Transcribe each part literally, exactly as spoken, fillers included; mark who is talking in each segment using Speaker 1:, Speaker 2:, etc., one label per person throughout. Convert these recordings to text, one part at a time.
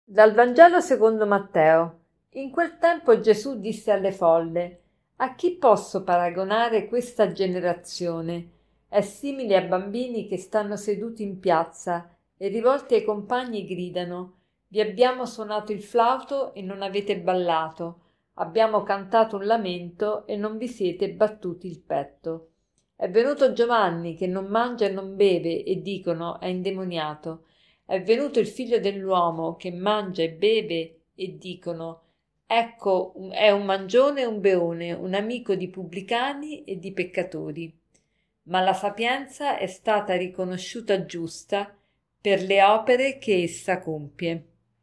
Speaker 1: Dal Vangelo secondo Matteo. In quel tempo Gesù disse alle folle: A chi posso paragonare questa generazione? È simile a bambini che stanno seduti in piazza e rivolti ai compagni gridano: Vi abbiamo suonato il flauto e non avete ballato, abbiamo cantato un lamento e non vi siete battuti il petto. È venuto Giovanni che non mangia e non beve e dicono: È indemoniato. È venuto il figlio dell'uomo che mangia e beve e dicono: Ecco, è un mangione e un beone, un amico di pubblicani e di peccatori. Ma la sapienza è stata riconosciuta giusta per le opere che essa compie.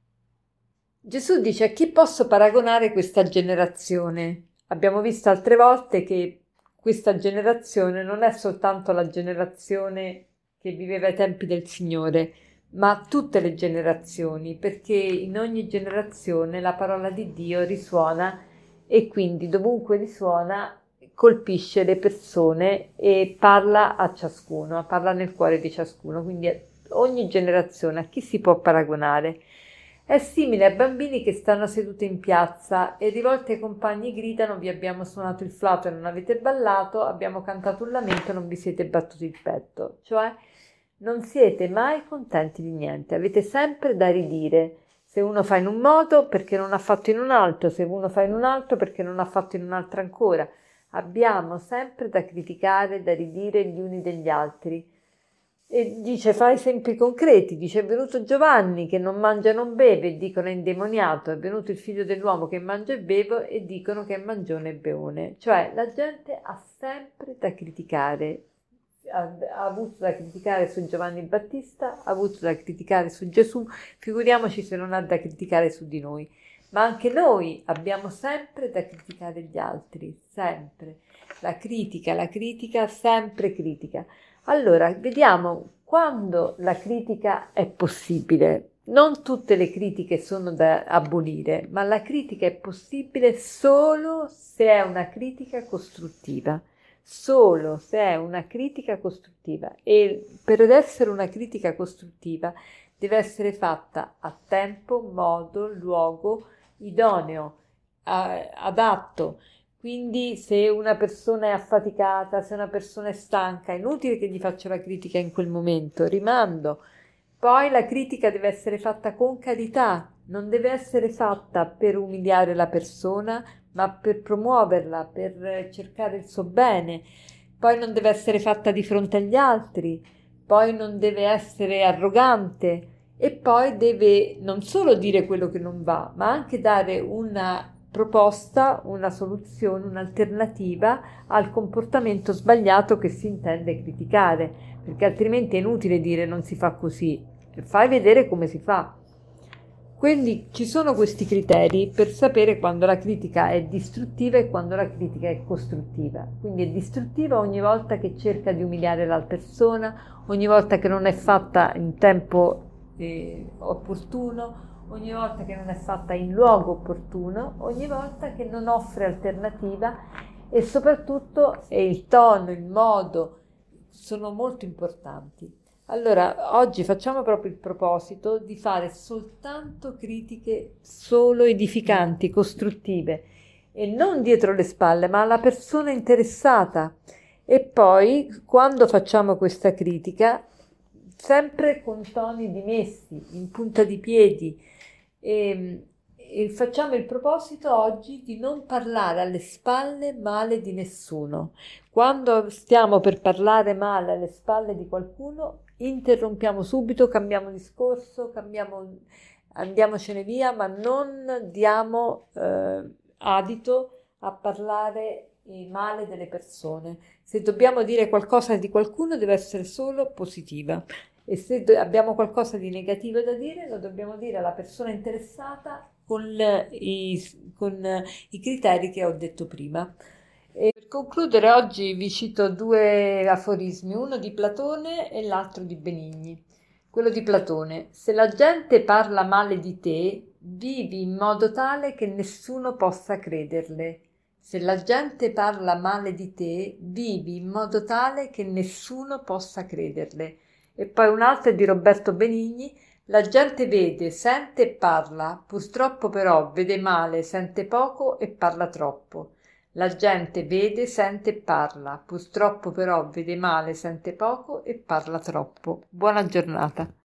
Speaker 1: Gesù dice: A chi posso paragonare questa generazione? Abbiamo visto altre volte che questa generazione non è soltanto la generazione che viveva ai tempi del Signore, ma tutte le generazioni, perché in ogni generazione la parola di Dio risuona e quindi dovunque risuona colpisce le persone e parla a ciascuno, parla nel cuore di ciascuno, quindi ogni generazione a chi si può paragonare? È simile a bambini che stanno seduti in piazza e rivolti ai compagni gridano: Vi abbiamo suonato il flauto e non avete ballato, abbiamo cantato un lamento e non vi siete battuti il petto. Cioè, non siete mai contenti di niente, avete sempre da ridire. Se uno fa in un modo, perché non ha fatto in un altro, se uno fa in un altro, perché non ha fatto in un altro ancora. Abbiamo sempre da criticare, da ridire gli uni degli altri. E dice, fa esempi concreti, dice: è venuto Giovanni che non mangia e non beve e dicono è indemoniato, è venuto il figlio dell'uomo che mangia e beve e dicono che è mangione e beone. Cioè la gente ha sempre da criticare, ha, ha avuto da criticare su Giovanni Battista, ha avuto da criticare su Gesù, figuriamoci se non ha da criticare su di noi. Ma anche noi abbiamo sempre da criticare gli altri, sempre. La critica, la critica, sempre critica. Allora, vediamo quando la critica è possibile. Non tutte le critiche sono da abolire, ma la critica è possibile solo se è una critica costruttiva. Solo se è una critica costruttiva. E per essere una critica costruttiva deve essere fatta a tempo, modo, luogo idoneo, eh, adatto. Quindi se una persona è affaticata, se una persona è stanca, è inutile che gli faccio la critica in quel momento, rimando. Poi la critica deve essere fatta con carità, non deve essere fatta per umiliare la persona, ma per promuoverla, per cercare il suo bene. Poi non deve essere fatta di fronte agli altri, poi non deve essere arrogante e poi deve non solo dire quello che non va, ma anche dare una proposta, una soluzione, un'alternativa al comportamento sbagliato che si intende criticare, perché altrimenti è inutile dire non si fa così, fai vedere come si fa. Quindi ci sono questi criteri per sapere quando la critica è distruttiva e quando la critica è costruttiva. Quindi è distruttiva ogni volta che cerca di umiliare la persona, ogni volta che non è fatta in tempo eh, opportuno, ogni volta che non è fatta in luogo opportuno, ogni volta che non offre alternativa e soprattutto eh, il tono, il modo sono molto importanti. Allora, oggi facciamo proprio il proposito di fare soltanto critiche solo edificanti, costruttive e non dietro le spalle, ma alla persona interessata. E poi, quando facciamo questa critica, sempre con toni dimessi, in punta di piedi, e, e facciamo il proposito oggi di non parlare alle spalle male di nessuno. Quando stiamo per parlare male alle spalle di qualcuno, interrompiamo subito, cambiamo discorso, cambiamo, andiamocene via, ma non diamo eh, adito a parlare male delle persone. Se dobbiamo dire qualcosa di qualcuno deve essere solo positiva e se do- abbiamo qualcosa di negativo da dire lo dobbiamo dire alla persona interessata con i, con i criteri che ho detto prima. E per concludere oggi vi cito due aforismi, uno di Platone e l'altro di Benigni. Quello di Platone: se la gente parla male di te, vivi in modo tale che nessuno possa crederle. Se la gente parla male di te, vivi in modo tale che nessuno possa crederle. E poi un altro è di Roberto Benigni: La gente vede, sente e parla, purtroppo però vede male, sente poco e parla troppo. La gente vede, sente e parla, purtroppo però vede male, sente poco e parla troppo. Buona giornata.